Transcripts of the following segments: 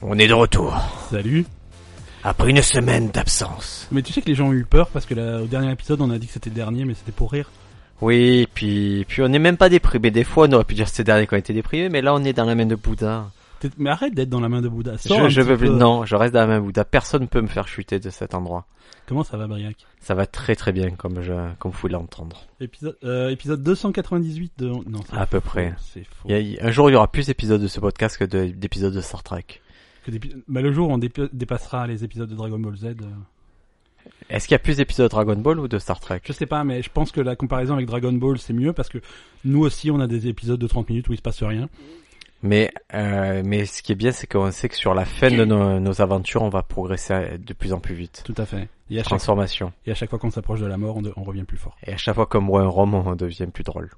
On est de retour. Salut. Après une semaine d'absence. Mais tu sais que les gens ont eu peur parce que au dernier épisode on a dit que c'était le dernier mais c'était pour rire. Oui, puis on n'est même pas déprimé. Des fois on aurait pu dire que c'était le dernier qu'on était déprimé, mais là on est dans la main de Bouddha. Mais arrête d'être dans la main de Bouddha. Je veux plus. Non, je reste dans la main de Bouddha. Personne ne peut me faire chuter de cet endroit. Comment ça va, Briac? Ça va très très bien comme vous pouvez l'entendre. Épisode 298 de... Non, à peu près. C'est faux. Un jour il y aura plus d'épisodes de ce podcast que d'épisodes de Star Trek. Le jour où on dépassera les épisodes de Dragon Ball Z... Est-ce qu'il y a plus d'épisodes de Dragon Ball ou de Star Trek? Je sais pas, mais je pense que la comparaison avec Dragon Ball c'est mieux parce que nous aussi on a des épisodes de 30 minutes où il se passe rien. Mais ce qui est bien, c'est qu'on sait que sur la fin de nos aventures, on va progresser de plus en plus vite. Tout à fait. Et Transformation. Et à chaque fois qu'on s'approche de la mort, on revient plus fort. Et à chaque fois qu'on boit un rhum, on devient plus drôle.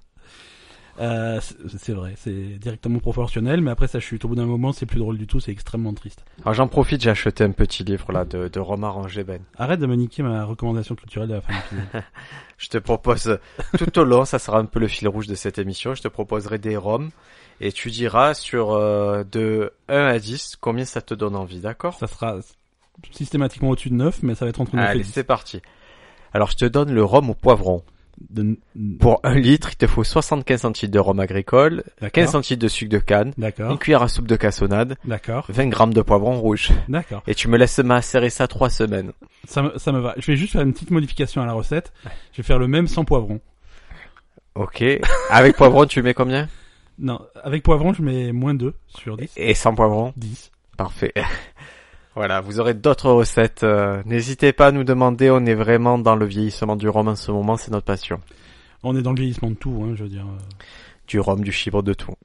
C'est vrai, c'est directement proportionnel, mais après ça chute. Au bout d'un moment, c'est plus drôle du tout, c'est extrêmement triste. Alors j'en profite, j'ai acheté un petit livre là de Romain Rangeben. Arrête de me niquer ma recommandation culturelle de la fin de l'épisode. Je te propose, tout au long, ça sera un peu le fil rouge de cette émission, je te proposerai des roms. Et tu diras sur de 1 à 10 combien ça te donne envie, d'accord? Ça sera systématiquement au-dessus de 9, mais ça va être entre 9 et 10. Allez, c'est parti. Alors je te donne le rhum au poivron. Pour 1 litre, il te faut 75 centilitres de rhum agricole, 15 centilitres de sucre de canne, une cuillère à soupe de cassonade, 20 grammes de poivron rouge. D'accord. Et tu me laisses macérer ça 3 semaines. Ça me va. Je vais juste faire une petite modification à la recette. Je vais faire le même sans poivron. Ok. Avec poivron, tu mets combien? Non, avec poivron, je mets moins 2 sur 10. Et sans poivron? 10. Parfait. Voilà, vous aurez d'autres recettes. N'hésitez pas à nous demander, on est vraiment dans le vieillissement du rhum en ce moment, c'est notre passion. On est dans le vieillissement de tout, hein, je veux dire. Du rhum, du chibre, de tout.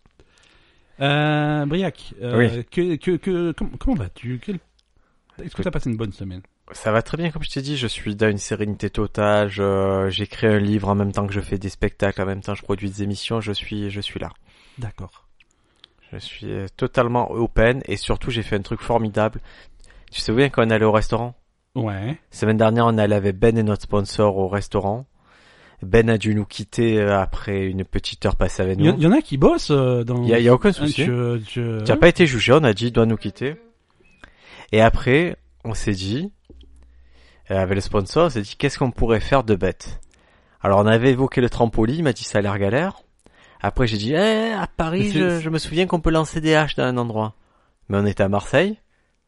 Briac, oui. Comment vas-tu? Est-ce que tu as passé une bonne semaine? Ça va très bien, comme je t'ai dit, je suis dans une sérénité totale, j'écris un livre en même temps que je fais des spectacles, en même temps que je produis des émissions, je suis là. D'accord. Je suis totalement open, et surtout j'ai fait un truc formidable. Tu te souviens quand on allait au restaurant? Ouais. Semaine dernière, on allait avec Ben et notre sponsor au restaurant. Ben a dû nous quitter après une petite heure passée avec nous. Il y en a qui bossent dans... Il y a aucun souci. Tu n'as pas été jugé, on a dit il doit nous quitter. Et après, on s'est dit, avec le sponsor, on s'est dit qu'est-ce qu'on pourrait faire de bête. Alors on avait évoqué le trampoline, il m'a dit ça a l'air galère. Après j'ai dit à Paris, je me souviens qu'on peut lancer des haches dans un endroit. Mais on était à Marseille.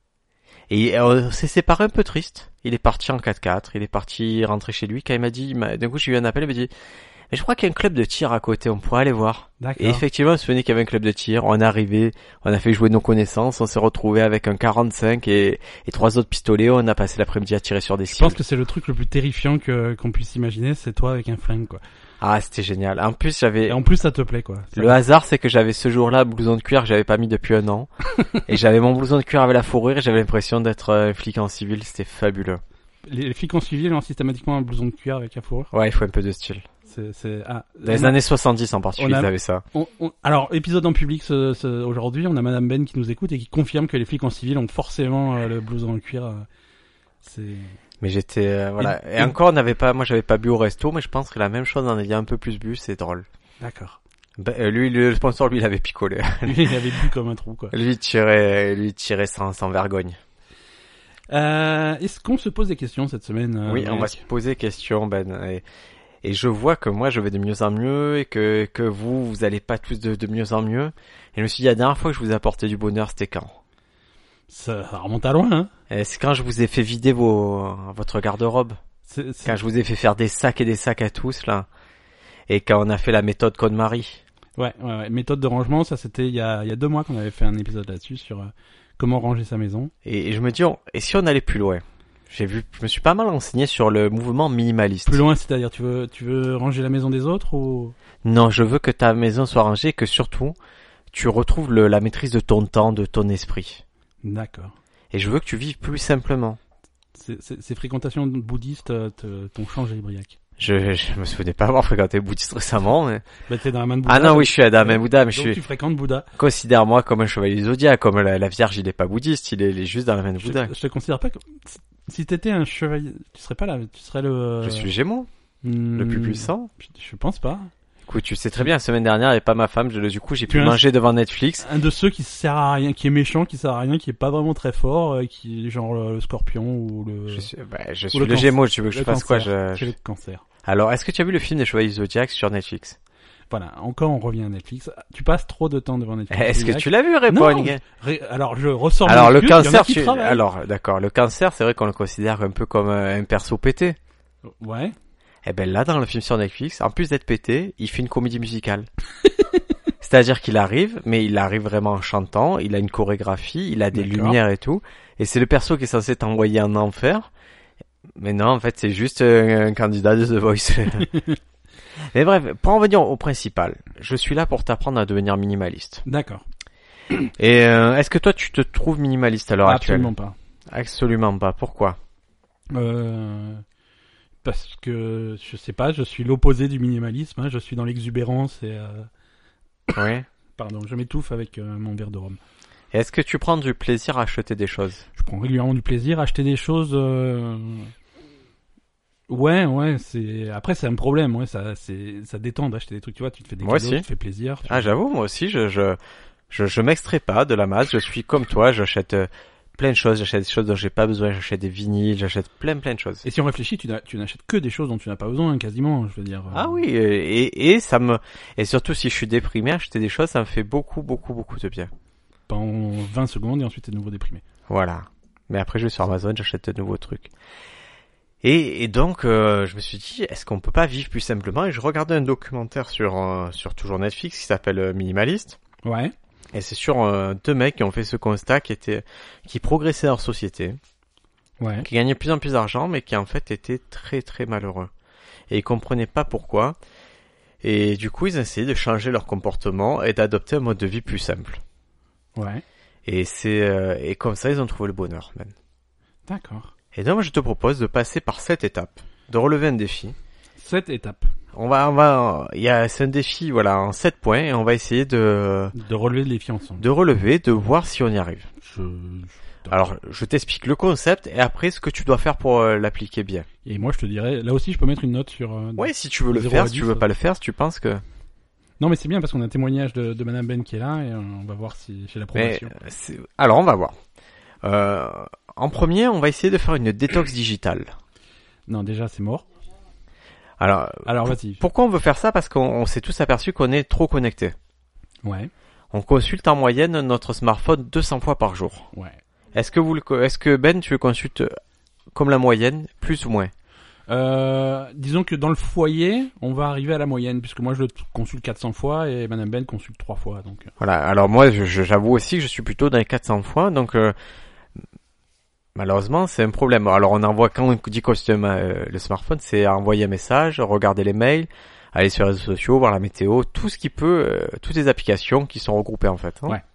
Et on s'est séparés un peu triste. Il est parti en 4x4, il est parti rentrer chez lui. Quand il m'a dit, d'un coup j'ai eu un appel, il m'a dit mais je crois qu'il y a un club de tir à côté, on pourrait aller voir. D'accord. Et effectivement, on se souvenait qu'il y avait un club de tir, on est arrivé, on a fait jouer nos connaissances, on s'est retrouvé avec un 45 et 3 autres pistolets, on a passé l'après-midi à tirer sur des cibles. Je pense que c'est le truc le plus terrifiant qu'on puisse imaginer, c'est toi avec un flingue, quoi. Ah, c'était génial. En plus, Et en plus, ça te plaît, quoi. Le hasard, c'est que j'avais ce jour-là un blouson de cuir que j'avais pas mis depuis un an. Et j'avais mon blouson de cuir avec la fourrure et j'avais l'impression d'être un flic en civil, c'était fabuleux. Les flics en civil ont systématiquement un blouson de cuir avec la fourrure. Ouais, il faut un peu de style. Dans les années 70 en particulier, ils avaient ça. Alors, épisode en public aujourd'hui, on a Madame Ben qui nous écoute et qui confirme que les flics en civil ont forcément le blouson en cuir. Mais j'étais voilà. Et encore, moi j'avais pas bu au resto, mais je pense que la même chose, on avait un peu plus bu, c'est drôle. D'accord. Lui, le sponsor, lui, il avait picolé. Lui, il avait bu comme un trou, quoi. Lui tirait sans vergogne. Est-ce qu'on se pose des questions cette semaine? Oui, on va se poser des questions, Ben. Et je vois que moi, je vais de mieux en mieux et que vous allez pas tous de mieux en mieux. Et je me suis dit, la dernière fois que je vous ai apporté du bonheur, c'était quand? Ça remonte à loin, hein. C'est quand je vous ai fait vider votre garde-robe. Quand je vous ai fait faire des sacs et des sacs à tous, là. Et quand on a fait la méthode Code-Marie. Ouais. Méthode de rangement, ça c'était il y a 2 mois qu'on avait fait un épisode là-dessus sur comment ranger sa maison. Et je me dis, et si on allait plus loin? Je me suis pas mal renseigné sur le mouvement minimaliste. Plus loin, c'est-à-dire tu veux ranger la maison des autres ou? Non, je veux que ta maison soit rangée et que surtout, tu retrouves la maîtrise de ton temps, de ton esprit. D'accord. Et je veux que tu vives plus simplement. Ces fréquentations bouddhistes t'ont changé, Briac. Je me souvenais pas avoir fréquenté bouddhiste récemment, mais... Bah, t'es dans la main de Bouddha. Ah non, oui, je suis dans la main de Bouddha, mais donc tu fréquentes Bouddha. Considère-moi comme un chevalier du zodiaque, comme la Vierge, il est pas bouddhiste, il est juste dans la main de Bouddha. Je te considère pas comme... Si t'étais un chevalier, tu serais pas là, tu serais le... Je suis le Gémeaux, le plus puissant. Je pense pas. Écoute, tu sais très bien, la semaine dernière, il n'y avait pas ma femme, du coup, j'ai pu manger devant Netflix. Un de ceux qui sert à rien, qui est méchant, qui sert à rien, qui est pas vraiment très fort, qui est genre le scorpion ou le... Je suis le Gémeaux, tu veux que je fasse quoi? C'est le cancer. Alors, est-ce que tu as vu le film des Chevaliers du Zodiac sur Netflix? Voilà, encore on revient à Netflix. Tu passes trop de temps devant Netflix. Est-ce que tu l'as vu, Réponds? Alors je ressors. Alors le cancer, alors d'accord, le cancer, c'est vrai qu'on le considère un peu comme un perso pété. Ouais. Eh ben là, dans le film sur Netflix, en plus d'être pété, il fait une comédie musicale. C'est-à-dire qu'il arrive, mais il arrive vraiment en chantant, il a une chorégraphie, il a des lumières et tout, et c'est le perso qui est censé t'envoyer en enfer. Mais non, en fait, c'est juste un candidat de The Voice. Mais bref, pour en venir au principal, je suis là pour t'apprendre à devenir minimaliste. D'accord. Et est-ce que toi, tu te trouves minimaliste à l'heure actuelle? Absolument pas. Absolument pas. Pourquoi? Parce que, je sais pas, je suis l'opposé du minimalisme, hein, je suis dans l'exubérance et... Oui. Pardon, je m'étouffe avec mon verre de rhum. Et est-ce que tu prends du plaisir à acheter des choses? Je prends régulièrement du plaisir à acheter des choses... Ouais, après c'est un problème, ouais, ça détend d'acheter des trucs, tu vois, tu te fais des cadeaux, tu te fais plaisir. J'avoue, moi aussi, je m'extrais pas de la masse, je suis comme toi, j'achète plein de choses, j'achète des choses dont j'ai pas besoin, j'achète des vinyles, j'achète plein de choses. Et si on réfléchit, tu n'achètes que des choses dont tu n'as pas besoin, quasiment, je veux dire. Ah oui, et surtout si je suis déprimé, acheter des choses, ça me fait beaucoup de bien. Pendant 20 secondes et ensuite t'es de nouveau déprimé. Voilà. Mais après je vais sur Amazon, j'achète de nouveaux trucs. Et donc, je me suis dit, est-ce qu'on peut pas vivre plus simplement? Et je regardais un documentaire sur toujours Netflix qui s'appelle Minimaliste. Ouais. Et c'est sur deux mecs qui ont fait ce constat qui progressaient dans leur société. Ouais. Qui gagnaient de plus en plus d'argent, mais qui en fait étaient très très malheureux. Et ils comprenaient pas pourquoi. Et du coup, ils essayaient de changer leur comportement et d'adopter un mode de vie plus simple. Ouais. Et comme ça, ils ont trouvé le bonheur, même. D'accord. Et donc, je te propose de passer par 7 étapes, de relever un défi. 7 étapes. C'est un défi, voilà, en 7 points, et on va essayer de relever le défi ensemble. De voir si on y arrive. Alors, je t'explique le concept, et après, ce que tu dois faire pour l'appliquer bien. Et moi, je te dirais, là aussi, je peux mettre une note sur... Ouais, si tu veux le faire, si tu veux pas le faire, si tu penses que... Non, mais c'est bien, parce qu'on a un témoignage de Madame Ben qui est là, et on va voir si j'ai l'approbation. Alors, on va voir. En premier, on va essayer de faire une détox digitale. Non, déjà, c'est mort. Alors vas-y. Pourquoi on veut faire ça? Parce qu'on s'est tous aperçu qu'on est trop connectés. Ouais. On consulte en moyenne notre smartphone 200 fois par jour. Ouais. Est-ce que Ben, tu le consultes comme la moyenne, plus ou moins? Disons que dans le foyer, on va arriver à la moyenne, puisque moi je le consulte 400 fois et Madame Ben consulte 3 fois. Donc. Voilà. Alors moi, j'avoue aussi que je suis plutôt dans les 400 fois, donc malheureusement, c'est un problème. Alors on envoie, quand on dit consulter le smartphone, c'est envoyer un message, regarder les mails, aller sur les réseaux sociaux, voir la météo, tout ce qui peut, toutes les applications qui sont regroupées en fait. Hein. Ouais.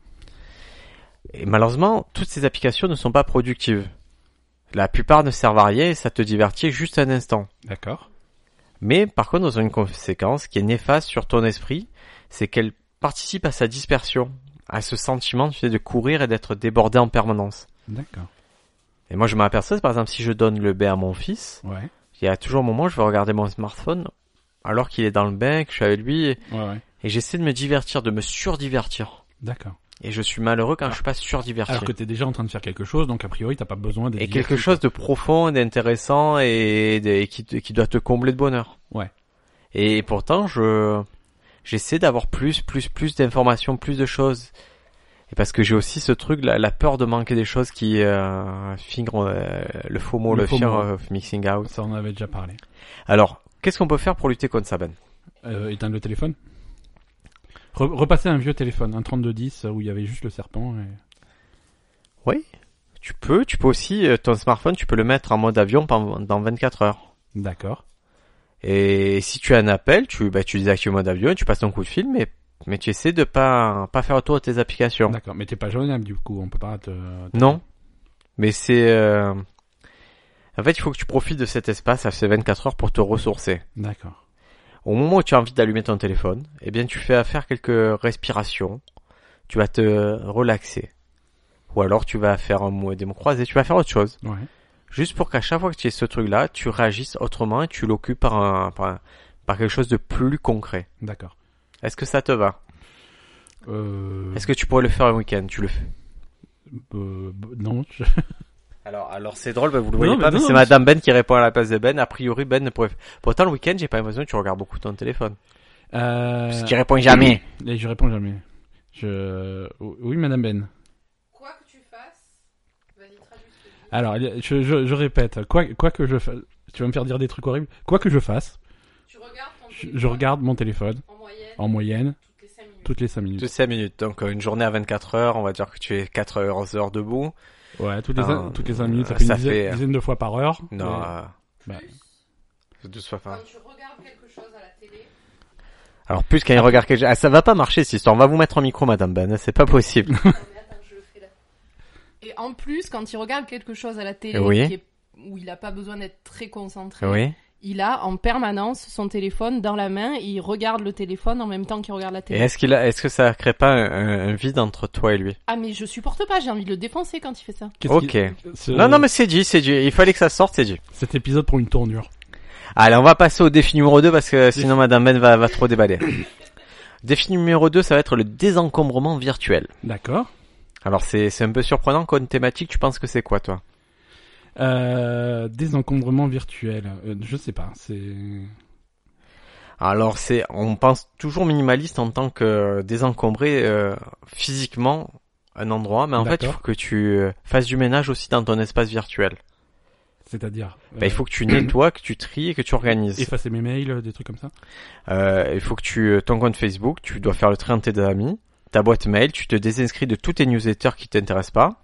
Et malheureusement, toutes ces applications ne sont pas productives. La plupart ne servent à rien et ça te divertit juste un instant. D'accord. Mais par contre, elles ont une conséquence qui est néfaste sur ton esprit, c'est qu'elles participent à sa dispersion, à ce sentiment, tu sais, de courir et d'être débordé en permanence. D'accord. Et moi, je m'aperçois, par exemple, si je donne le bain à mon fils, ouais. Il y a toujours un moment où je vais regarder mon smartphone alors qu'il est dans le bain, que je suis avec lui, et j'essaie de me divertir, de me surdivertir. D'accord. Et je suis malheureux quand je suis pas surdiverti. Alors que t'es déjà en train de faire quelque chose, donc a priori t'as pas besoin d'être... Et quelque chose de profond, d'intéressant et qui doit te combler de bonheur. Ouais. Et pourtant, j'essaie d'avoir plus d'informations, plus de choses. Et parce que j'ai aussi ce truc, la peur de manquer des choses qui fingre le FOMO, le fear of missing out. Ça, on en avait déjà parlé. Alors, qu'est-ce qu'on peut faire pour lutter contre ça, Ben? Éteindre le téléphone. Repasser un vieux téléphone, un 3210 où il y avait juste le serpent. Et... Oui, tu peux aussi, ton smartphone, tu peux le mettre en mode avion dans 24 heures. D'accord. Et si tu as un appel, tu désactives le mode avion et tu passes ton coup de fil, mais tu essaies de pas faire autour de tes applications. D'accord, mais t'es pas joignable du coup, on peut pas te... Non, mais c'est... En fait, il faut que tu profites de cet espace à ces 24 heures pour te ressourcer. D'accord. Au moment où tu as envie d'allumer ton téléphone, eh bien tu fais faire quelques respirations, tu vas te relaxer. Ou alors tu vas faire des mots croisés, tu vas faire autre chose. Ouais. Juste pour qu'à chaque fois que tu aies ce truc-là, tu réagisses autrement et tu l'occupes par par quelque chose de plus concret. D'accord. Est-ce que ça te va? Est-ce que tu pourrais le faire un week-end? Tu le fais? Non. Alors c'est drôle, vous le voyez Non, pas, mais non, c'est Madame Ben qui répond à la place de Ben. A priori, Ben ne pourrait... Pourtant, le week-end, j'ai pas l'impression que tu regardes beaucoup ton téléphone. Parce qu'il répond jamais. Et je réponds jamais. Oui, Madame Ben. Quoi que tu fasses, vas-y, traduis ce que tu dis. Alors, je répète. Quoi que je fasse... Tu vas me faire dire des trucs horribles. Quoi que je fasse, Tu regardes ton téléphone je regarde mon téléphone en moyenne toutes les 5 minutes. Toutes 5 minutes. Donc, une journée à 24 heures, on va dire que tu es 4 heures debout. Ouais, toutes les 5 minutes, ça ça fait une fait- dizaine de fois par heure. Non, Bah, c'est 12 fois Quand par... tu regardes quelque chose à la télé, Alors, plus quand il regarde quelque chose... Ah, ça va pas marcher, cette histoire. On va vous mettre en micro, Madame Ben. C'est pas possible. non, mais attends, je le fais là. Et en plus, quand il regarde quelque chose à la télé Oui. où il n'a pas besoin d'être très concentré, Oui. il a en permanence son téléphone dans la main et il regarde le téléphone en même temps qu'il regarde la Et télé. est-ce que ça crée pas un vide entre toi et lui? Ah mais je supporte pas, j'ai envie de le défoncer quand il fait ça. Ok. Non, mais c'est dit. Il fallait que ça sorte, c'est dit. Cet épisode prend une tournure. Allez, on va passer au défi numéro 2 parce que sinon Madame Ben va trop déballer. Défi numéro 2, ça va être le désencombrement virtuel. D'accord. Alors c'est un peu surprenant comme thématique, tu penses que c'est quoi toi? Désencombrement virtuel. Je sais pas. Alors on pense toujours minimaliste en tant que désencombrer physiquement un endroit, mais en fait il D'accord. faut que tu fasses du ménage aussi dans ton espace virtuel. C'est-à-dire. Il faut que tu nettoies, que tu tries et que tu organises. Effacer mes mails, des trucs comme ça. Il faut que ton compte Facebook, tu dois faire le tri entre tes amis, ta boîte mail, tu te désinscris de tous tes newsletters qui t'intéressent pas.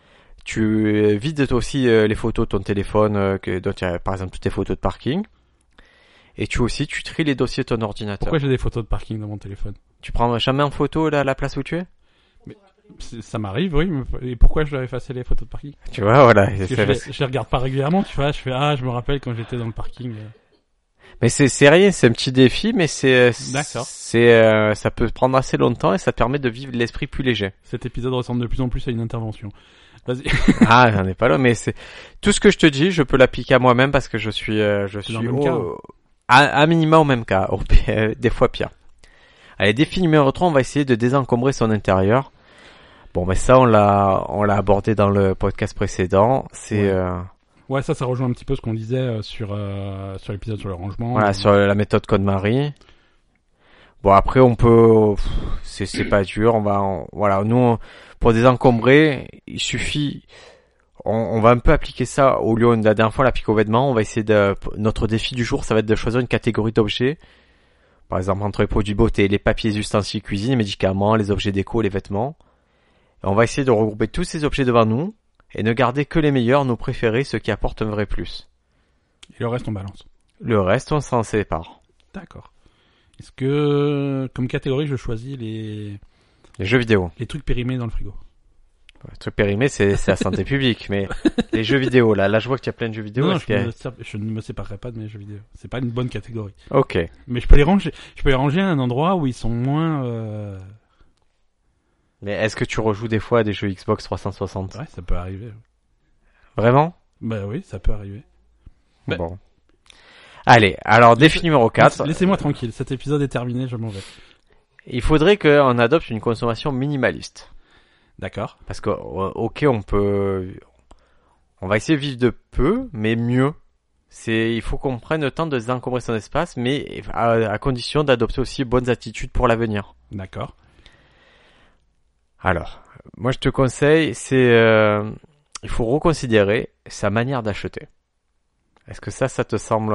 Tu vides aussi les photos de ton téléphone, dont il y a par exemple toutes tes photos de parking. Et tu tries les dossiers de ton ordinateur. Pourquoi j'ai des photos de parking dans mon téléphone? Tu prends jamais en photo la place où tu es? Ça m'arrive, oui. Et pourquoi je dois effacer les photos de parking? Tu vois, voilà. Parce que je les regarde pas régulièrement, tu vois. Je fais, je me rappelle quand j'étais dans le parking. Mais c'est rien, c'est un petit défi, mais D'accord. ça peut prendre assez longtemps et ça permet de vivre l'esprit plus léger. Cet épisode ressemble de plus en plus à une intervention. Vas-y. Ah, j'en ai pas là, mais c'est tout ce que je te dis, je peux l'appliquer à moi-même parce que je suis dans le même cas. à minima au même cas, des fois pire. Allez, défi numéro 3, on va essayer de désencombrer son intérieur. Bon, mais ça, on l'a abordé dans le podcast précédent. C'est, Ouais, ça rejoint un petit peu ce qu'on disait sur l'épisode sur le rangement. voilà, sur la méthode Code-Marie. Bon, après, on peut, c'est pas dur, voilà, nous, pour désencombrer, il suffit, on va un peu appliquer ça au lieu de la dernière fois, l'appliquer aux vêtements. On va essayer notre défi du jour, ça va être de choisir une catégorie d'objets. Par exemple, entre les produits beauté, les papiers, les ustensiles cuisine, les médicaments, les objets déco, les vêtements. Et on va essayer de regrouper tous ces objets devant nous et ne garder que les meilleurs, nos préférés, ceux qui apportent un vrai plus. Et le reste, on balance. Le reste, on s'en sépare. D'accord. Est-ce que, comme catégorie, je choisis les jeux vidéo. Les trucs périmés dans le frigo. Le truc périmé, c'est la santé publique, mais les jeux vidéo, là, je vois que tu as plein de jeux vidéo. Non, je ne me séparerai pas de mes jeux vidéo. C'est pas une bonne catégorie. Ok. Mais je peux les ranger à un endroit où ils sont moins. Mais est-ce que tu rejoues des fois à des jeux Xbox 360? Ouais, ça peut arriver. Vraiment? Bah oui, ça peut arriver. Bon. Allez, alors défi numéro 4. Laissez-moi tranquille, cet épisode est terminé, je m'en vais. Il faudrait qu'on adopte une consommation minimaliste. D'accord. Parce que, ok, on va essayer de vivre de peu, mais mieux. Il faut qu'on prenne le temps de désencombrer son espace, mais à condition d'adopter aussi bonnes attitudes pour l'avenir. D'accord. Alors, moi je te conseille, il faut reconsidérer sa manière d'acheter. Est-ce que ça te semble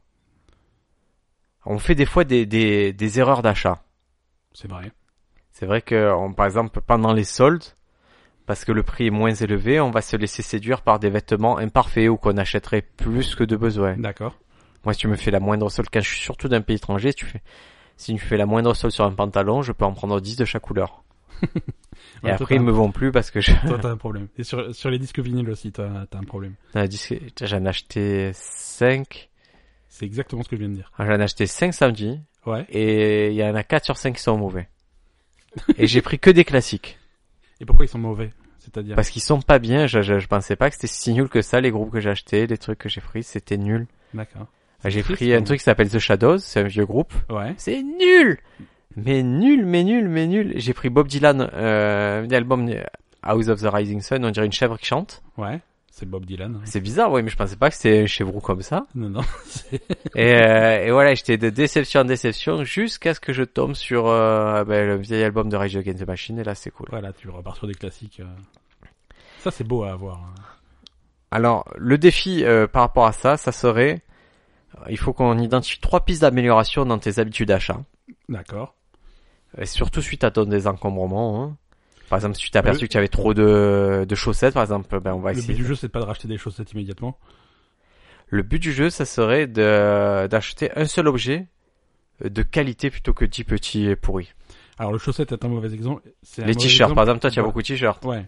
On fait des fois des erreurs d'achat. C'est vrai. C'est vrai que, par exemple, pendant les soldes, parce que le prix est moins élevé, on va se laisser séduire par des vêtements imparfaits ou qu'on achèterait plus que de besoin. D'accord. Moi, si tu me fais la moindre solde, quand je suis surtout d'un pays étranger, si tu fais la moindre solde sur un pantalon, je peux en prendre 10 de chaque couleur. Ouais, et après, ils me vont plus parce que Toi, t'as un problème. Et sur les disques vinyles aussi, t'as un problème. J'en ai acheté 5. C'est exactement ce que je viens de dire. J'en ai acheté 5 samedi. Ouais. Et il y en a 4 sur 5 qui sont mauvais. Et j'ai pris que des classiques. Et pourquoi ils sont mauvais? C'est-à-dire? Parce qu'ils sont pas bien. Je pensais pas que c'était si nul que ça, les groupes que j'ai achetés, les trucs que j'ai pris, c'était nul. D'accord. J'ai pris un truc qui s'appelle The Shadows, c'est un vieux groupe. Ouais. C'est nul! Mais nul. J'ai pris Bob Dylan, l'album House of the Rising Sun, on dirait une chèvre qui chante. Ouais. C'est Bob Dylan. Ouais. C'est bizarre, oui, mais je pensais pas que c'était un chèvreau comme ça. Non. Et voilà, j'étais de déception en déception jusqu'à ce que je tombe sur le vieil album de Rage Against the Machine, et là c'est cool. Voilà, tu repars sur des classiques. Ça c'est beau à avoir. Alors, le défi par rapport à ça serait, il faut qu'on identifie 3 pistes d'amélioration dans tes habitudes d'achat. D'accord. Et surtout suite à ton désencombrement. Hein. Par exemple, si tu t'es aperçu que tu avais trop de chaussettes, par exemple, on va essayer. Le but du jeu, c'est pas de racheter des chaussettes immédiatement. Le but du jeu, ça serait d'acheter un seul objet de qualité plutôt que 10 petits pourris. Alors, le chaussette est un mauvais exemple. Les t-shirts, par exemple, toi, tu as beaucoup de t-shirts. Ouais.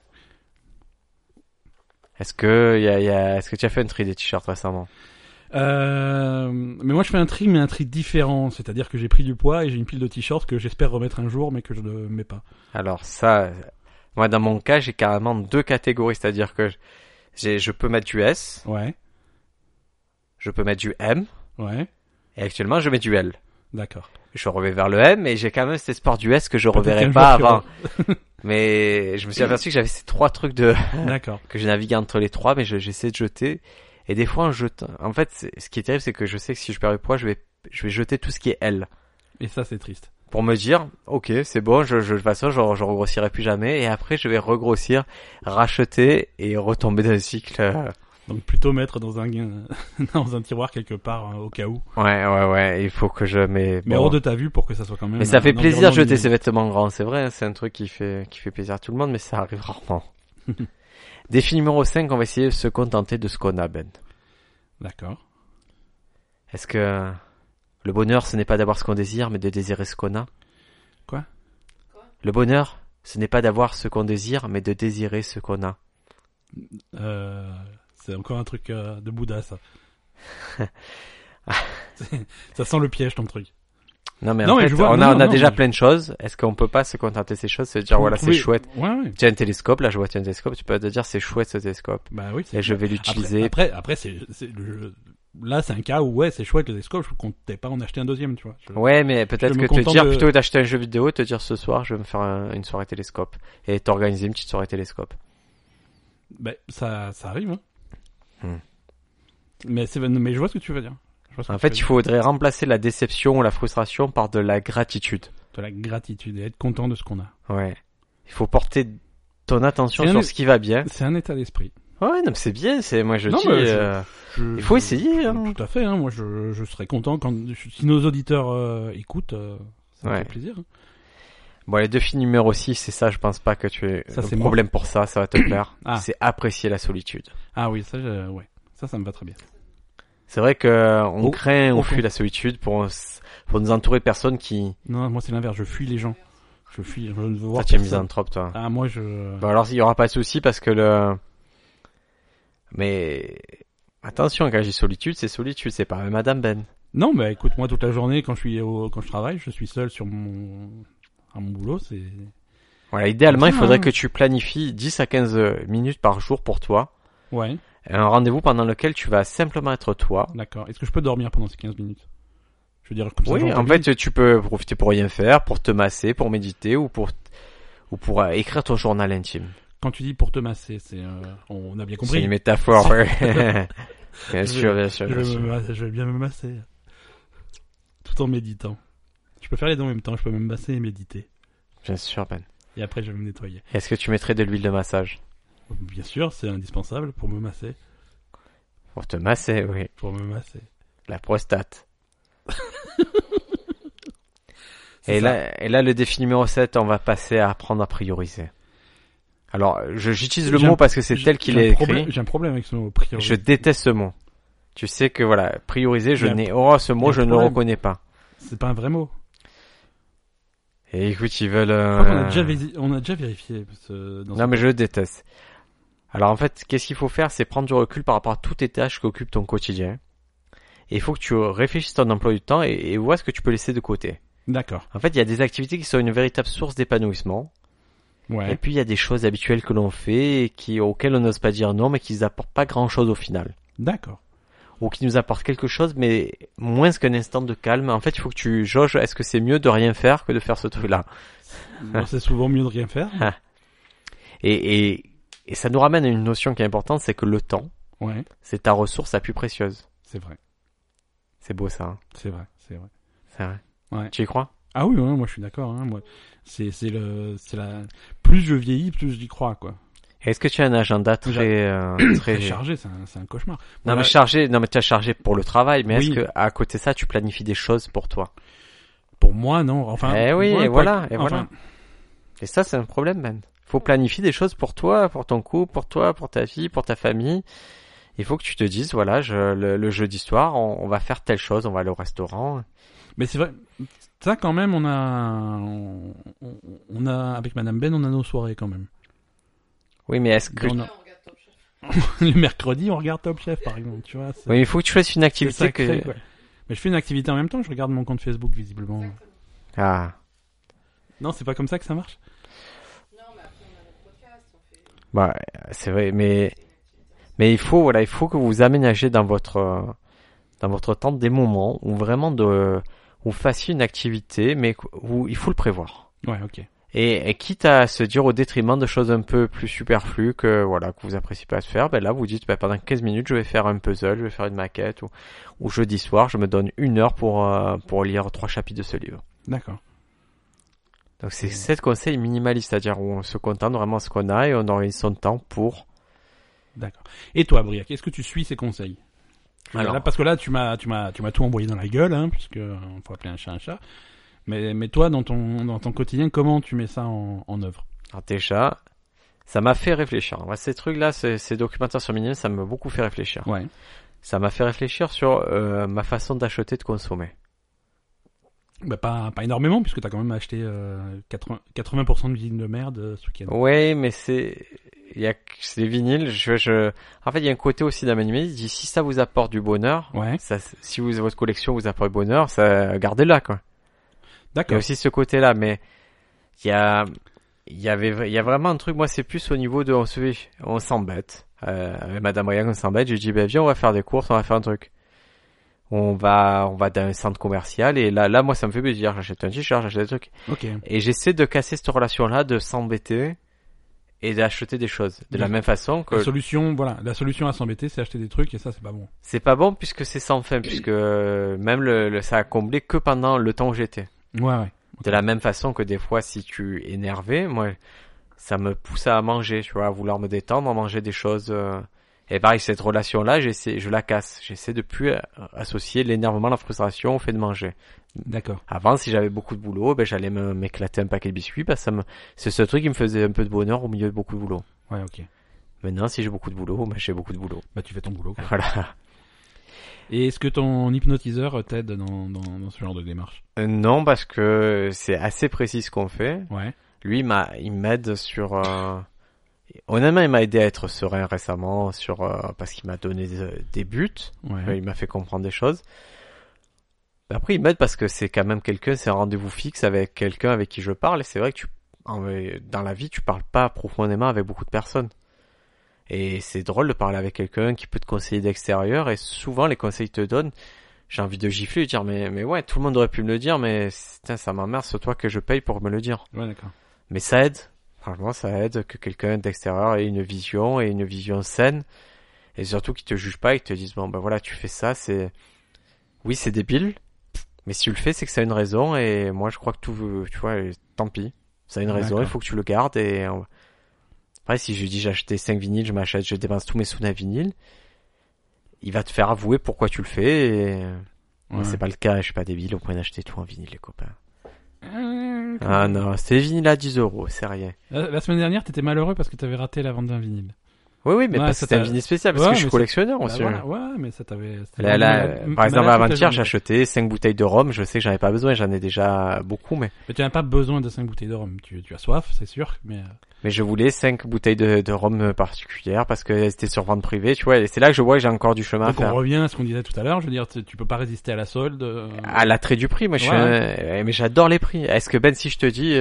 Est-ce que tu as fait un tri des t-shirts récemment? Mais moi, je fais un tri différent. C'est-à-dire que j'ai pris du poids et j'ai une pile de t-shirts que j'espère remettre un jour, mais que je ne mets pas. Alors ça, moi dans mon cas, j'ai carrément 2 catégories, c'est-à-dire que je peux mettre du S, Ouais. je peux mettre du M, Ouais. et actuellement je mets du L. D'accord. Je reviens vers le M, et j'ai quand même cet espoir du S que je Peut-être reverrai qu'un pas jour, avant. Mais je me suis aperçu que j'avais ces 3 trucs D'accord. que je naviguais entre les 3, mais j'essaie de jeter. Et des fois, en fait, ce qui est terrible, c'est que je sais que si je perds du poids, je vais jeter tout ce qui est L. Et ça, c'est triste. Pour me dire, ok, c'est bon, de toute façon, je regrossirai plus jamais, et après, je vais regrossir, racheter, et retomber dans le cycle. Donc, plutôt mettre dans un tiroir quelque part, au cas où. Ouais, il faut que je Mais hors de ta vue pour que ça soit quand même. Mais ça fait plaisir de jeter environnement ses vêtements grands, c'est vrai, c'est un truc qui fait plaisir à tout le monde, mais ça arrive rarement. Défi numéro 5, on va essayer de se contenter de ce qu'on a, Ben. D'accord. Est-ce que le bonheur, ce n'est pas d'avoir ce qu'on désire, mais de désirer ce qu'on a? Quoi? Le bonheur, ce n'est pas d'avoir ce qu'on désire, mais de désirer ce qu'on a. C'est encore un truc de Bouddha, ça. Ça sent le piège, ton truc. Non, mais en fait, on a déjà plein de choses. Est-ce qu'on peut pas se contenter de ces choses? Se dire, voilà, c'est chouette. Ouais. Tu as un télescope, là, je vois, tu as un télescope, tu peux te dire, c'est chouette ce télescope. Bah oui. Et je vais l'utiliser. Après, là, c'est un cas où, ouais, c'est chouette le télescope, je comptais pas en acheter un deuxième, tu vois. Ouais, mais peut-être que te dire, plutôt que d'acheter un jeu vidéo, te dire ce soir, je vais me faire une soirée télescope. Et t'organiser une petite soirée télescope. Bah, ça arrive, hein. Mais je vois ce que tu veux dire. En fait, il faudrait remplacer la déception ou la frustration par de la gratitude. De la gratitude et être content de ce qu'on a. Ouais. Il faut porter ton attention sur ce qui va bien. C'est un état d'esprit. Ouais, non, mais c'est bien, il faut essayer, hein. Tout à fait, hein. Moi, je serais content si nos auditeurs écoutent, ça me fait plaisir. Bon, les défis numéro 6, c'est ça, je pense pas que tu aies un problème pour ça va te plaire. C'est apprécier la solitude. Ah oui, ça, ouais. Ça me va très bien. C'est vrai que on fuit la solitude pour nous entourer de personnes qui... Non, moi c'est l'inverse, je fuis les gens. Je ne veux voir. Tu es misanthrope, toi. Ah, moi Bon, alors il y aura pas de souci parce que Mais attention, quand je dis solitude, c'est pas Madame Ben. Non, mais écoute, moi toute la journée quand je travaille, je suis seul à mon boulot, c'est... Voilà, idéalement, il faudrait que tu planifies 10 à 15 minutes par jour pour toi. Ouais. Un rendez-vous pendant lequel tu vas simplement être toi. D'accord. Est-ce que je peux dormir pendant ces 15 minutes? Je veux dire, comme ça. Oui, en fait, tu peux profiter pour rien faire, pour te masser, pour méditer ou pour écrire ton journal intime. Quand tu dis pour te masser, on a bien compris. C'est une métaphore, ouais. Bien sûr. Je vais bien me masser. Tout en méditant. Je peux faire les deux en même temps, je peux me masser et méditer. Bien sûr, Ben. Et après, je vais me nettoyer. Est-ce que tu mettrais de l'huile de massage? Bien sûr, c'est indispensable pour me masser. Pour te masser, oui. Pour me masser. La prostate. Et là, le défi numéro 7, on va passer à apprendre à prioriser. Alors, j'utilise le mot parce que c'est tel qu'il est écrit. J'ai un problème avec ce mot, prioriser. Je déteste ce mot. Tu sais que voilà, prioriser, ce mot, je ne le reconnais pas. C'est pas un vrai mot. Et écoute, ils veulent... On a déjà vérifié. Non, mais je le déteste. Alors en fait, qu'est-ce qu'il faut faire? C'est prendre du recul par rapport à toutes les tâches qui occupent ton quotidien. Et il faut que tu réfléchisses à ton emploi du temps et vois ce que tu peux laisser de côté. D'accord. En fait, il y a des activités qui sont une véritable source d'épanouissement. Ouais. Et puis il y a des choses habituelles que l'on fait et auxquelles on n'ose pas dire non, mais qui n'apportent pas grand-chose au final. D'accord. ou qui nous apporte quelque chose, mais moins qu'un instant de calme. En fait, il faut que tu jauges, est-ce que c'est mieux de rien faire que de faire ce truc-là? Bon, c'est souvent mieux de rien faire. Et ça nous ramène à une notion qui est importante, c'est que le temps, Ouais, c'est ta ressource la plus précieuse. c'est vrai. C'est beau ça, hein. C'est vrai, c'est vrai. C'est vrai. Ouais. Tu y crois? Ah oui, ouais, moi je suis d'accord. Hein, moi, c'est la. Plus je vieillis, plus j'y crois, quoi. Est-ce que tu as un agenda très Très chargé, c'est un cauchemar. Non Voilà. mais chargé, non mais tu as chargé pour le travail, mais Oui. est-ce que à côté de ça, tu planifies des choses pour toi? Pour moi, non. Enfin. Eh oui, ouais, et voilà, et enfin, voilà. Et ça, c'est un problème, man. Faut planifier des choses pour toi, pour ton couple, pour toi, pour ta fille, pour ta famille. Il faut que tu te dises, voilà, le jeudi soir, on va faire telle chose, on va aller au restaurant. Mais c'est vrai. Ça, quand même, on a avec Madame Ben, on a nos soirées quand même. Oui, mais est-ce que... On a- Le mercredi, on regarde Top Chef, par exemple. Tu vois. Oui, il faut que tu fasses une c'est activité sacré, que... quoi. Mais je fais une activité en même temps. Je regarde mon compte Facebook, visiblement. Ah, Non, c'est pas comme ça que ça marche. bah, c'est vrai, mais il faut, voilà, il faut que vous aménagez dans votre temps des moments où vraiment où vous fassiez une activité, mais où il faut le prévoir. Ouais, ok. Et quitte à se dire au détriment de choses un peu plus superflues que voilà que vous appréciez pas se faire, ben là vous dites ben, pendant 15 minutes je vais faire un puzzle, je vais faire une maquette ou jeudi soir je me donne 1 heure pour lire 3 chapitres de ce livre. D'accord. Donc c'est 7 conseils minimalistes, c'est-à-dire où on se contente vraiment de ce qu'on a et on organise son temps pour. D'accord. Et toi, Briac, est-ce que tu suis ces conseils? Alors, Là, parce que là, tu m'as tout envoyé dans la gueule, hein, puisque faut appeler un chat un chat. Mais toi, dans ton quotidien, comment tu mets ça en œuvre? alors déjà, ça m'a fait réfléchir. Moi, ces trucs-là, ces documentaires sur minimalisme, ça m'a beaucoup fait réfléchir. Ouais. Ça m'a fait réfléchir sur ma façon d'acheter, de consommer. Bah, pas énormément, puisque t'as quand même acheté 80% de vinyles de merde ce week-end. Ouais, mais c'est les vinyles. En fait, il y a un côté aussi d'un minimaliste. Il dit si ça vous apporte du bonheur, Ouais. si votre collection vous apporte du bonheur, ça gardez-la quoi. Il y a D'accord. aussi ce côté-là, mais il y a vraiment un truc. Moi, c'est plus au niveau de on s'embête. Avec Madame Ryan, on s'embête. J'ai dit ben viens, on va faire des courses, on va faire un truc. On va dans un centre commercial et là, moi, ça me fait plaisir. J'achète un t-shirt, j'achète des trucs. Ok. Et j'essaie de casser cette relation-là, de s'embêter et d'acheter des choses. De la même façon que La solution à s'embêter, c'est acheter des trucs, et ça, c'est pas bon. c'est pas bon puisque c'est sans fin, puisque même ça a comblé que pendant le temps où j'étais. Ouais. De la même façon que des fois, si tu es énervé, moi, ça me pousse à manger, tu vois, à vouloir me détendre, à manger des choses. Et pareil, cette relation-là, je la casse. J'essaie de plus associer l'énervement, la frustration au fait de manger. D'accord. Avant, si j'avais beaucoup de boulot, ben j'allais m'éclater un paquet de biscuits parce que c'est ce truc qui me faisait un peu de bonheur au milieu de beaucoup de boulot. Ouais, ok. Maintenant, si j'ai beaucoup de boulot, ben j'ai beaucoup de boulot. Bah, tu fais ton boulot, quoi. Voilà. Et est-ce que ton hypnotiseur t'aide dans ce genre de démarche? Non, parce que c'est assez précis ce qu'on fait. Ouais. Lui, il m'aide sur. Honnêtement, il m'a aidé à être serein récemment parce qu'il m'a donné des buts. Ouais. Il m'a fait comprendre des choses. Après, il m'aide parce que c'est quand même c'est un rendez-vous fixe avec quelqu'un avec qui je parle. Et c'est vrai que dans la vie, tu parles pas profondément avec beaucoup de personnes. Et c'est drôle de parler avec quelqu'un qui peut te conseiller d'extérieur. Et souvent, les conseils te donnent. J'ai envie de gifler et de dire, mais ouais, tout le monde aurait pu me le dire, mais putain, ça m'emmerde, c'est toi que je paye pour me le dire. Ouais, d'accord. Mais ça aide. Franchement, ça aide que quelqu'un d'extérieur ait une vision saine. Et surtout qu'il te juge pas et qu'il te dise, bon, ben voilà, tu fais ça, oui, c'est débile. Mais si tu le fais, c'est que ça a une raison. Et moi, je crois que tu vois, tant pis. Ça a une raison, D'accord. il faut que tu le gardes. Et après, si je dis j'ai acheté 5 vinyles, je dépense tous mes sous d'un vinyle, il va te faire avouer pourquoi tu le fais. Et moi, c'est pas le cas, je suis pas débile, on pourrait acheter tout en vinyle, les copains. Ah non, c'est vinyle à 10 €, c'est rien. La semaine dernière, t'étais malheureux parce que t'avais raté la vente d'un vinyle. Oui, mais Ouais, parce que c'était un vinyle spécial, parce que je suis collectionneur Bah, aussi. voilà. Ouais, mais ça t'avait... Par exemple, avant-hier, j'ai acheté 5 bouteilles de rhum, je sais que j'en ai pas besoin, j'en ai déjà beaucoup, mais tu n'as pas besoin de 5 bouteilles de rhum. Tu as soif, c'est sûr, mais je voulais 5 bouteilles de rhum particulières parce qu'elles étaient sur vente privée, tu vois, et c'est là que je vois que j'ai encore du chemin à donc faire. on revient à ce qu'on disait tout à l'heure, je veux dire, tu peux pas résister à la solde. À l'attrait du prix, moi mais j'adore les prix. Est-ce que Ben, si je te dis,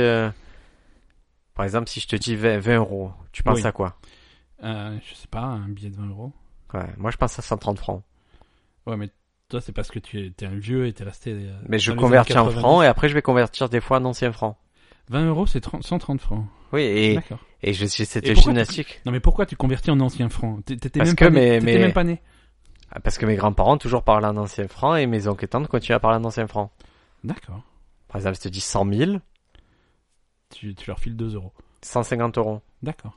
par exemple, si je te dis 20 €, tu penses à quoi? Je sais pas, un billet de 20 €. Ouais, moi je pense à 130 francs. Ouais, mais toi, c'est parce que t'es un vieux et t'es resté. Mais je dans les convertis années en 90. francs et après je vais convertir des fois en anciens francs. 20 €, c'est 130 francs. Oui, D'accord. et j'ai cette Et pourquoi gymnastique. Non, mais pourquoi tu convertis en anciens francs? T'étais Parce même que pas né. mes- T'étais même pas né. Parce que mes grands-parents toujours parlaient en anciens francs et mes oncles et tantes continuent à parler en anciens francs. D'accord. Par exemple, je te dis 100 000, Tu leur files 2 €. 150 euros. D'accord.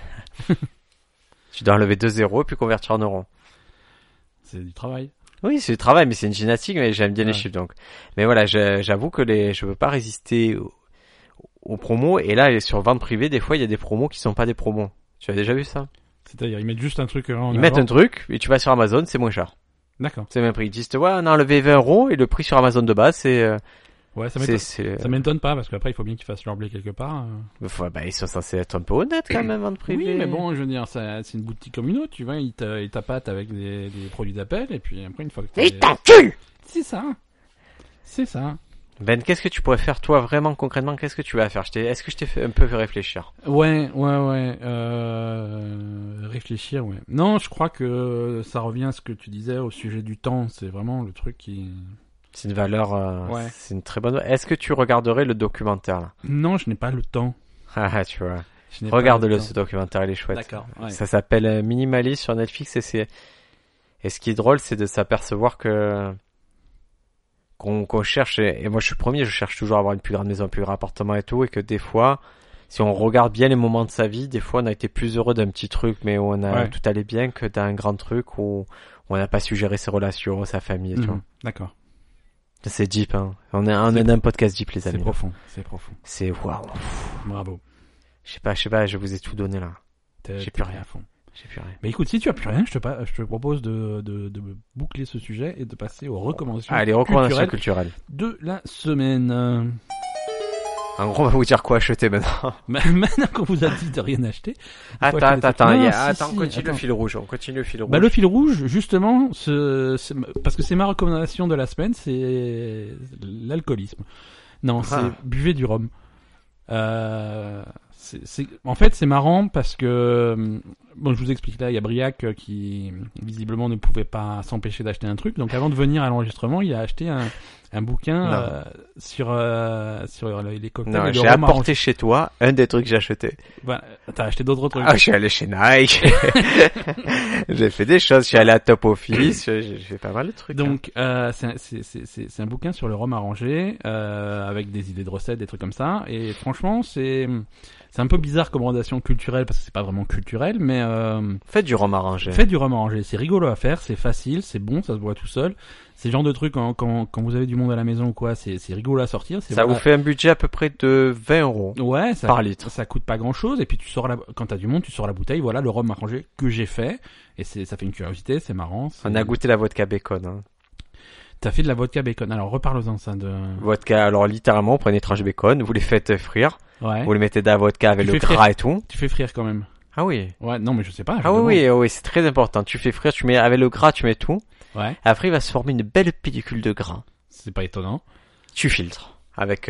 Tu dois enlever 2 zéros et puis convertir en euros. C'est du travail. Oui, c'est du travail, mais c'est une gymnastique, mais j'aime bien les Ouais. chiffres, donc. Mais voilà, j'avoue que je peux pas résister aux promos, et là, sur vente privée, des fois, il y a des promos qui sont pas des promos. Tu as déjà vu ça? C'est-à-dire, ils mettent juste un truc en Ils mettent avant. un truc, et tu vas sur Amazon, c'est moins cher. D'accord. C'est le même prix. Ils disent, ouais, on a enlevé 20 euros, et le prix sur Amazon de base, c'est, Ouais, ça c'est, m'étonne pas, parce qu'après, il faut bien qu'ils fassent leur blé quelque part. bah, ils sont censés être un peu honnêtes, quand même, vente privée. Oui, mais bon, je veux dire, c'est une boutique comme une autre, tu vois, ils t'appâtent avec des produits d'appel, et puis après, une fois que Ils t'enculent! C'est ça. C'est ça. Ben, qu'est-ce que tu pourrais faire, toi, vraiment, concrètement, qu'est-ce que tu vas faire? Est-ce que je t'ai fait un peu fait réfléchir? Ouais. Réfléchir, ouais. Non, je crois que ça revient à ce que tu disais au sujet du temps. C'est vraiment le truc qui... C'est une valeur, Ouais. c'est une très bonne. Est-ce que tu regarderais le documentaire, là? Non, je n'ai pas le temps. Ah, tu vois. Je n'ai pas Regarde-le, le temps. ce documentaire, il est chouette. D'accord, ouais. Ça s'appelle Minimalist sur Netflix et ce qui est drôle, c'est de s'apercevoir qu'on cherche, et moi je suis le premier, je cherche toujours à avoir une plus grande maison, un plus grand appartement et tout, et que des fois, si on regarde bien les moments de sa vie, des fois on a été plus heureux d'un petit truc, mais où Ouais. tout allait bien, que d'un grand truc où on n'a pas su gérer ses relations, sa famille et tout. D'accord. C'est deep, hein. On est un podcast deep, les C'est amis. là. profond. C'est profond. C'est waouh. Bravo. Je sais pas, je vous ai tout donné là. J'ai plus rien. à fond. J'ai plus rien. Mais écoute, si tu as plus rien, je te propose de boucler ce sujet et de passer aux recommandations Allez, recommandations culturelles culturelles. de la semaine. En gros, on va vous dire quoi acheter maintenant. Maintenant qu'on vous a dit de rien acheter. Attends, Non, on continue attends. le fil rouge. On continue le fil rouge. Bah, le fil rouge, justement, parce que c'est ma recommandation de la semaine, c'est l'alcoolisme. Non, Ah. c'est buvez du rhum. En fait, c'est marrant parce que bon, je vous explique là, il y a Briac qui visiblement ne pouvait pas s'empêcher d'acheter un truc. Donc, avant de venir à l'enregistrement, il a acheté un bouquin sur les cocktails Non, et le j'ai rhum arrangé. apporté chez toi un des trucs que j'ai acheté. Bah, t'as acheté d'autres trucs. Ah, je suis allé chez Nike. J'ai fait des choses. Je suis allé à Top Office. J'ai fait pas mal de trucs. Donc, c'est un bouquin sur le rhum arrangé, avec des idées de recettes, des trucs comme ça. Et franchement, c'est un peu bizarre comme recommandation culturelle parce que c'est pas vraiment culturel, mais Faites du rhum arrangé. faites du rhum arrangé. C'est rigolo à faire, c'est facile, c'est bon, ça se boit tout seul. C'est le genre de truc quand vous avez du monde à la maison ou quoi, c'est rigolo à sortir. Ça vous fait un budget à peu près de 20 euros Ouais, par litre. ça coûte pas grand chose. Et puis quand t'as du monde, tu sors la bouteille. Voilà le rhum arrangé que j'ai fait. Et ça fait une curiosité, c'est marrant. On a goûté la vodka bacon. Hein. T'as fait de la vodka bacon. Alors reparle-en ça de. Vodka, alors littéralement, vous prenez des tranches de bacon, vous les faites frire, Ouais. vous les mettez de la vodka avec Tu le fais gras et tout. Tu fais frire quand même. Ah oui. Ouais, non mais je sais pas. je Ah demande. oui, c'est très important. Tu fais frire, tu mets avec le gras, tu mets tout. Ouais. Après, il va se former une belle pellicule de gras. C'est pas étonnant. Tu filtres avec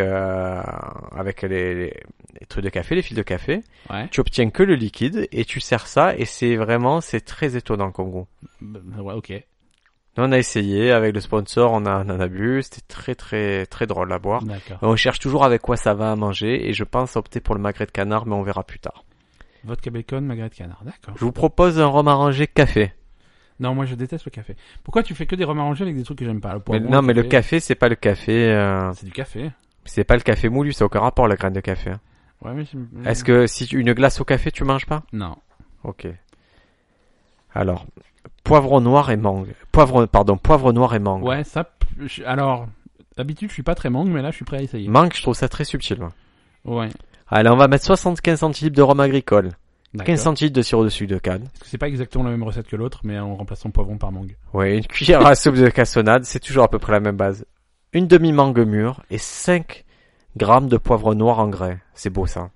les trucs de café, les fils de café. Ouais. Tu obtiens que le liquide et tu sers ça et c'est très étonnant comme goût. Ouais, ok. Nous, on a essayé avec le sponsor, on en a bu, c'était très très très drôle à boire. D'accord. On cherche toujours avec quoi ça va à manger et je pense opter pour le magret de canard, mais on verra plus tard. Vodka bacon, magret de canard. D'accord. Je vous propose un rhum arrangé café. Non, moi je déteste le café. Pourquoi tu fais que des rhums arrangés avec des trucs que j'aime pas? Le poivron, Non, mais le café, c'est pas le café. C'est du café. C'est pas le café moulu, ça n'a aucun rapport la graine de café. Hein. Ouais, mais Est-ce que si une glace au café, tu manges pas? Non. Ok. Alors, poivre noir et mangue. Poivre noir et mangue. Ouais, ça. Alors, d'habitude je suis pas très mangue, mais là je suis prêt à essayer. Mangue, je trouve ça très subtil. Moi. Ouais. Allez, on va mettre 75 centilitres de rhum agricole. D'accord. 15 centilitres de sirop de sucre de canne. Parce que c'est pas exactement la même recette que l'autre, mais en remplaçant poivron par mangue. Ouais, une cuillère à soupe de cassonade, c'est toujours à peu près la même base. Une demi-mangue mûre et 5 grammes de poivre noir en grains. C'est beau ça.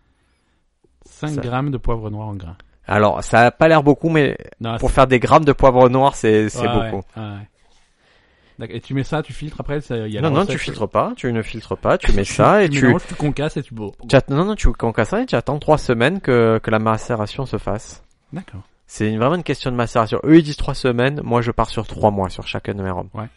5 Ça. grammes de poivre noir en grains. Alors, ça a pas l'air beaucoup, mais Non, pour faire des grammes de poivre noir, c'est beaucoup. Ouais. D'accord. Et tu mets ça, tu filtres après il y a Non, la non, recette, tu filtres pas, tu ne filtres pas, tu mets ça et tu... mélanges, tu concasses et tu bois. Non, tu concasses ça et tu attends 3 semaines que la macération se fasse. D'accord. C'est vraiment une question de macération. Eux, ils disent 3 semaines. Moi, je pars sur 3 mois sur chacun de mes rhums. Ouais.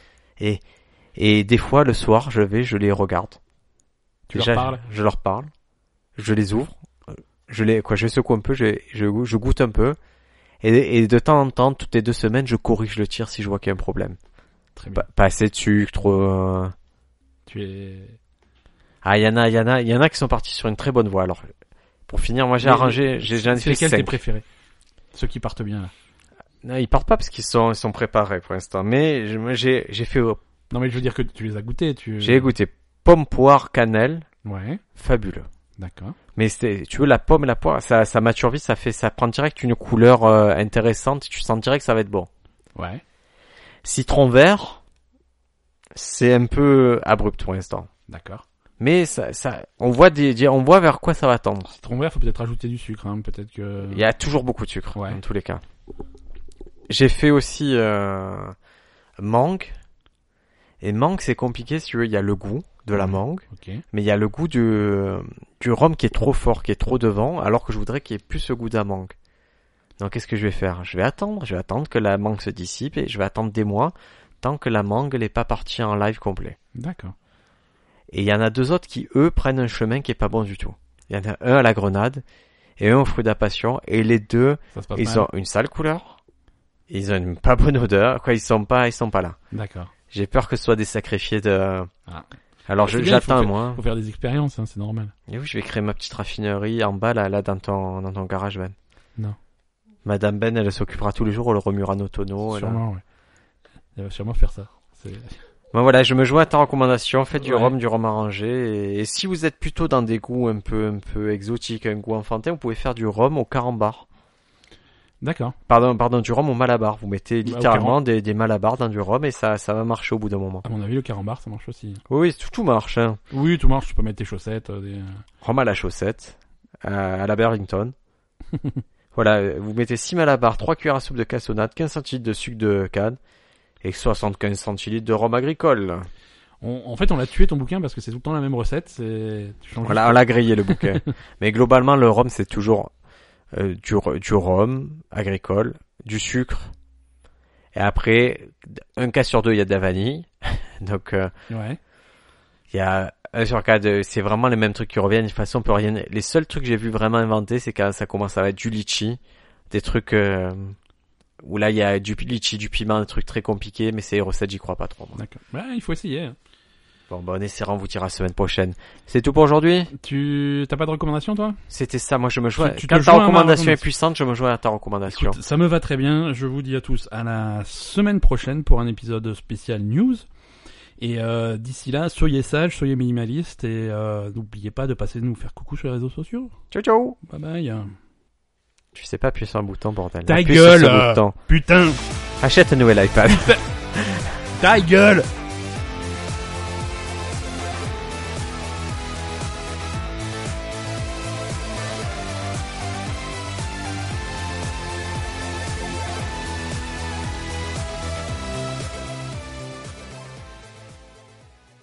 Et des fois, le soir, je les regarde. Tu leur parles? Je leur parle. Je les ouvre. Je secoue un peu, je goûte un peu. Et de temps en temps, toutes les 2 semaines, je corrige le tir si je vois qu'il y a un problème. Très bien. Pas assez de sucre, trop... Tu es... Ah, il y en a qui sont partis sur une très bonne voie. Alors, pour finir, moi, j'ai arrangé, j'ai C'est fait lesquels 5. tes préférés? Ceux qui partent bien, là. Non, ils partent pas parce qu'ils sont préparés pour l'instant. Mais j'ai fait... Non, mais je veux dire que tu les as goûtés, J'ai goûté pomme, poire, cannelle. Ouais. Fabuleux. D'accord. Mais tu veux, la pomme et la poire, ça mature vite, ça prend direct une couleur intéressante. Tu sens direct que ça va être bon. Ouais. Citron vert, c'est un peu abrupt pour l'instant. D'accord. Mais on voit vers quoi ça va tendre. Citron vert, faut peut-être rajouter du sucre, hein. Peut-être que... Il y a toujours beaucoup de sucre, Ouais. dans tous les cas. J'ai fait aussi mangue. Et mangue, c'est compliqué, si tu veux. Il y a le goût de la mangue, Ok. mais il y a le goût du rhum qui est trop fort, qui est trop devant, alors que je voudrais qu'il y ait plus ce goût de la mangue. Donc, qu'est-ce que je vais faire? Je vais attendre que la mangue se dissipe et je vais attendre des mois tant que la mangue n'est pas partie en live complet. D'accord. Et il y en a 2 autres qui, eux, prennent un chemin qui est pas bon du tout. Il y en a un à la grenade et un au fruit de la passion, et les deux, Ça se passe ils mal. ont une sale couleur, ils ont une pas bonne odeur, quoi, ils sont pas là. D'accord. J'ai peur que ce soit des sacrifiés de... Ah. Alors C'est bien, j'attends il moi. faut faire des expériences, hein, c'est normal. Et oui, je vais créer ma petite raffinerie en bas là dans ton garage, Ben. Non. Madame Ben, elle s'occupera tous les jours, elle remuera nos tonneaux. Sûrement, ouais. Elle va sûrement faire ça. Bon, voilà, je me joins à ta recommandation. Faites du Ouais. rhum arrangé. Et si vous êtes plutôt dans des goûts un peu exotiques, un goût enfantin, vous pouvez faire du rhum au carambar. D'accord. Pardon, du rhum au malabar. Vous mettez Bah, au littéralement des malabars dans du rhum et ça va marcher au bout d'un moment. À mon avis, le carambar, ça marche aussi. Oui, tout marche, hein. Oui, tout marche. Tu peux mettre tes chaussettes. Rhum à la chaussette, à la Burlington. Voilà, vous mettez 6 malabars, 3 cuillères à soupe de cassonade, 15 centilitres de sucre de canne et 75 centilitres de rhum agricole. En fait, on l'a tué ton bouquin parce que c'est tout le temps la même recette. Tu changes Voilà, on l'a grillé le bouquin. Mais globalement, le rhum, c'est toujours du rhum agricole, du sucre, et après, 1 cas sur 2, il y a de la vanille. Donc, Ouais. il y a 1 sur 4, c'est vraiment les mêmes trucs qui reviennent. De toute façon, on peut rien... Les seuls trucs que j'ai vu vraiment inventer, c'est quand ça commence à être du litchi, des trucs où là, il y a du litchi, du piment, des trucs très compliqués, mais ces recettes, j'y crois pas trop, moi. D'accord. Ouais, il faut essayer. Hein. Bon, on essaiera, on vous dira la semaine prochaine. C'est tout pour aujourd'hui? T'as pas de recommandation, toi? C'était ça, moi je me joins. Tu te Quand ta joins à ma recommandation est recommandation. puissante, je me joins à ta recommandation. Écoute, ça me va très bien. Je vous dis à tous à la semaine prochaine pour un épisode spécial news. Et d'ici là, soyez sages, soyez minimalistes et n'oubliez pas de passer nous faire coucou sur les réseaux sociaux. Ciao ciao. Bye bye. Tu sais pas appuyer sur un bouton, bordel. Ta Appuie gueule, sur ce bouton. putain. Achète un nouvel iPad. Ta gueule.